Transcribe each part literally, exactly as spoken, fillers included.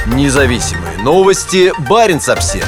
Независимые новости. Баренц-Обсервер.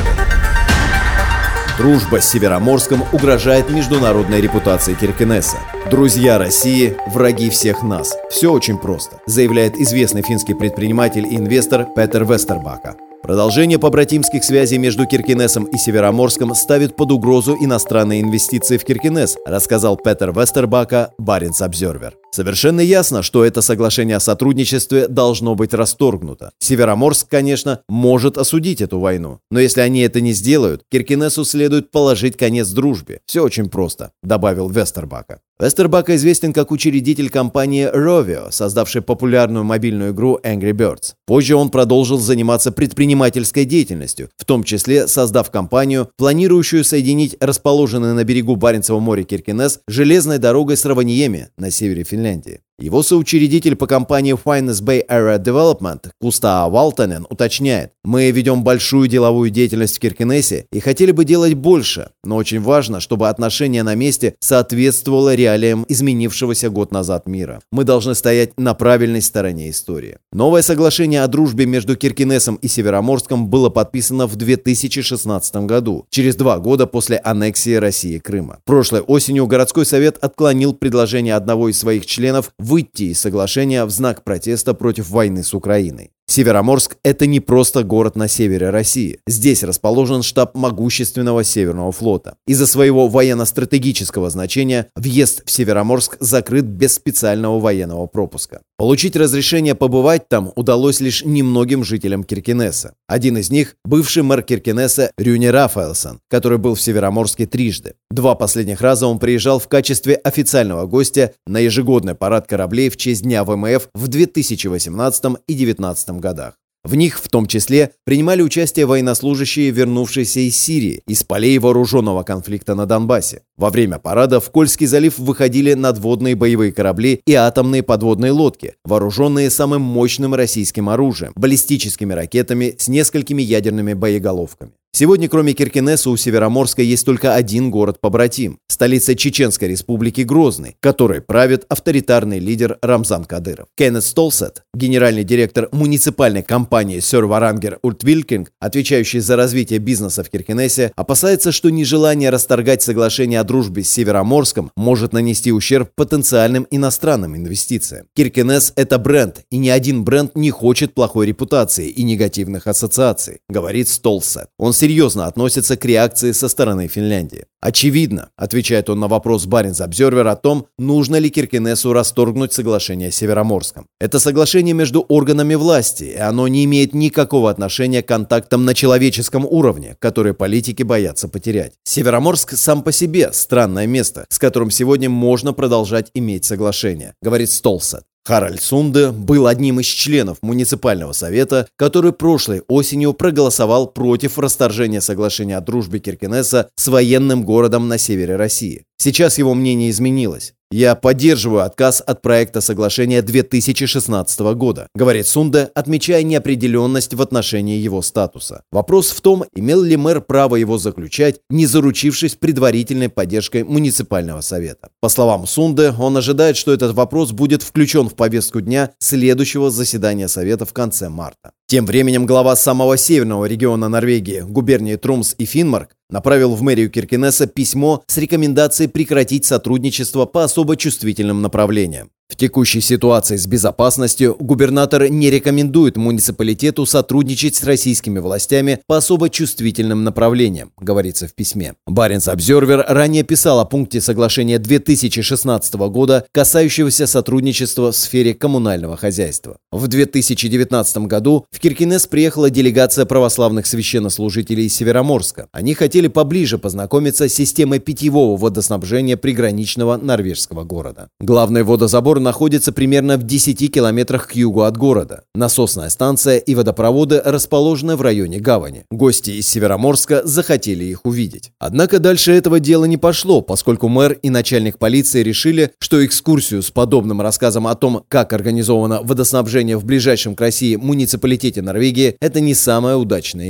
Дружба с Североморском угрожает международной репутации Киркенеса. Друзья России – враги всех нас. Все очень просто, заявляет известный финский предприниматель и инвестор Петер Вестербака. Продолжение побратимских связей между Киркенесом и Североморском ставит под угрозу иностранные инвестиции в Киркенес, рассказал Петер Вестербака Баренц-Обсервер. Совершенно ясно, что это соглашение о сотрудничестве должно быть расторгнуто. Североморск, конечно, может осудить эту войну, но если они это не сделают, Киркенесу следует положить конец дружбе. Все очень просто, добавил Вестербака. Вестербака известен как учредитель компании Rovio, создавшей популярную мобильную игру Angry Birds. Позже он продолжил заниматься предпринимательской деятельностью, в том числе создав компанию, планирующую соединить расположенный на берегу Баренцева моря Киркенес железной дорогой с Раваньеми на севере Финляндии. Его соучредитель по компании Finance Bay Area Development Кустаа Валтанен уточняет: «Мы ведем большую деловую деятельность в Киркенесе и хотели бы делать больше, но очень важно, чтобы отношение на месте соответствовало реалиям изменившегося год назад мира. Мы должны стоять на правильной стороне истории». Новое соглашение о дружбе между Киркенесом и Североморском было подписано в две тысячи шестнадцатом году, через два года после аннексии России Крыма. Прошлой осенью городской совет отклонил предложение одного из своих членов выйти из соглашения в знак протеста против войны с Украиной. Североморск – это не просто город на севере России. Здесь расположен штаб могущественного Северного флота. Из-за своего военно-стратегического значения въезд в Североморск закрыт без специального военного пропуска. Получить разрешение побывать там удалось лишь немногим жителям Киркенеса. Один из них – бывший мэр Киркенеса Рюни Рафаэлсон, который был в Североморске трижды. Два последних раза он приезжал в качестве официального гостя на ежегодный парад кораблей в честь Дня ВМФ в две тысячи восемнадцатом и две тысячи девятнадцатом годах. В них, в том числе, принимали участие военнослужащие, вернувшиеся из Сирии, из полей вооруженного конфликта на Донбассе. Во время парада в Кольский залив выходили надводные боевые корабли и атомные подводные лодки, вооруженные самым мощным российским оружием – баллистическими ракетами с несколькими ядерными боеголовками. Сегодня, кроме Киркенеса, у Североморска есть только один город-побратим – столица Чеченской республики Грозный, которой правит авторитарный лидер Рамзан Кадыров. Кеннет Столсет, генеральный директор муниципальной компании Сør-Varanger Utvikling, отвечающий за развитие бизнеса в Киркенесе, опасается, что нежелание расторгать соглашение о дружбе с Североморском может нанести ущерб потенциальным иностранным инвестициям. Киркенес – это бренд, и ни один бренд не хочет плохой репутации и негативных ассоциаций, говорит Столсет. Он серьезно относится к реакции со стороны Финляндии. Очевидно, отвечает он на вопрос Баренц-Обсервер о том, нужно ли Киркенесу расторгнуть соглашение с Североморском. Это соглашение между органами власти, и оно не имеет никакого отношения к контактам на человеческом уровне, которые политики боятся потерять. Североморск сам по себе странное место, с которым сегодня можно продолжать иметь соглашение, говорит Столсет. Харальд Сунде был одним из членов муниципального совета, который прошлой осенью проголосовал против расторжения соглашения о дружбе Киркенеса с военным городом на севере России. Сейчас его мнение изменилось. «Я поддерживаю отказ от проекта соглашения две тысячи шестнадцатого года», говорит Сунде, отмечая неопределенность в отношении его статуса. Вопрос в том, имел ли мэр право его заключать, не заручившись предварительной поддержкой муниципального совета. По словам Сунде, он ожидает, что этот вопрос будет включен в повестку дня следующего заседания совета в конце марта. Тем временем глава самого северного региона Норвегии, губернии Трумс и Финмарк, направил в мэрию Киркенеса письмо с рекомендацией прекратить сотрудничество по особо чувствительным направлениям. В текущей ситуации с безопасностью губернатор не рекомендует муниципалитету сотрудничать с российскими властями по особо чувствительным направлениям, говорится в письме. Баренц-Обсервер ранее писал о пункте соглашения две тысячи шестнадцатого года, касающегося сотрудничества в сфере коммунального хозяйства. В две тысячи девятнадцатом году в Киркенес приехала делегация православных священнослужителей из Североморска. Они хотели поближе познакомиться с системой питьевого водоснабжения приграничного норвежского города. Главный водозабор находится примерно в десяти километрах к югу от города. Насосная станция и водопроводы расположены в районе гавани. Гости из Североморска захотели их увидеть. Однако дальше этого дела не пошло, поскольку мэр и начальник полиции решили, что экскурсию с подобным рассказом о том, как организовано водоснабжение в ближайшем к России муниципалитете Норвегии, это не самая удачная идея.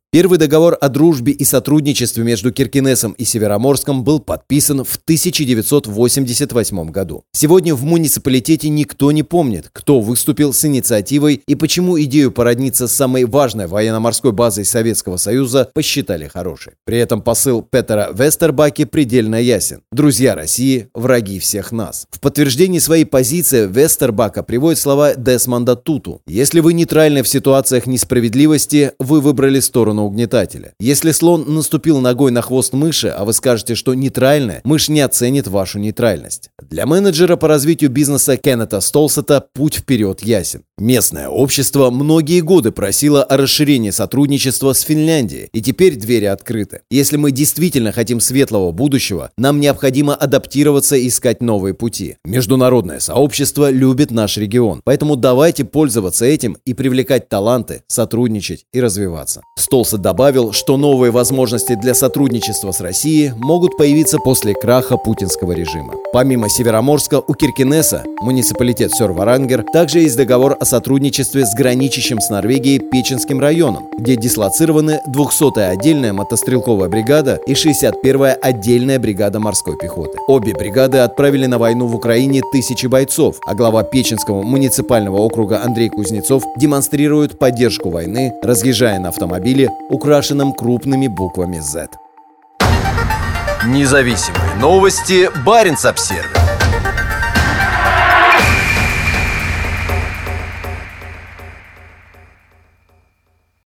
Первый договор о дружбе и сотрудничестве между Киркенесом и Североморском был подписан в тысяча девятьсот восемьдесят восьмом году. Сегодня в муниципалитете никто не помнит, кто выступил с инициативой и почему идею породниться с самой важной военно-морской базой Советского Союза посчитали хорошей. При этом посыл Петера Вестербаке предельно ясен. Друзья России – враги всех нас. В подтверждении своей позиции Вестербака приводит слова Десмонда Туту. «Если вы нейтральны в ситуациях несправедливости, вы выбрали сторону угнетателя. Если слон наступил ногой на хвост мыши, а вы скажете, что нейтральны, мышь не оценит вашу нейтральность». Для менеджера по развитию бизнеса Кеннета Столсета путь вперед ясен. Местное общество многие годы просило о расширении сотрудничества с Финляндией, и теперь двери открыты. Если мы действительно хотим светлого будущего, нам необходимо адаптироваться и искать новые пути. Международное сообщество любит наш регион, поэтому давайте пользоваться этим и привлекать таланты, сотрудничать и развиваться. Столсет добавил, что новые возможности для сотрудничества с Россией могут появиться после краха путинского режима. Помимо Североморска, у Киркенеса, муниципалитет Сёр-Варангер, также есть договор о сотрудничестве с граничащим с Норвегией Печенским районом, где дислоцированы двухсотая отдельная мотострелковая бригада и шестьдесят первая отдельная бригада морской пехоты. Обе бригады отправили на войну в Украине тысячи бойцов, а глава Печенского муниципального округа Андрей Кузнецов демонстрирует поддержку войны, разъезжая на автомобиле, украшенном крупными буквами зет. Независимые новости. Баренц-Обсервис.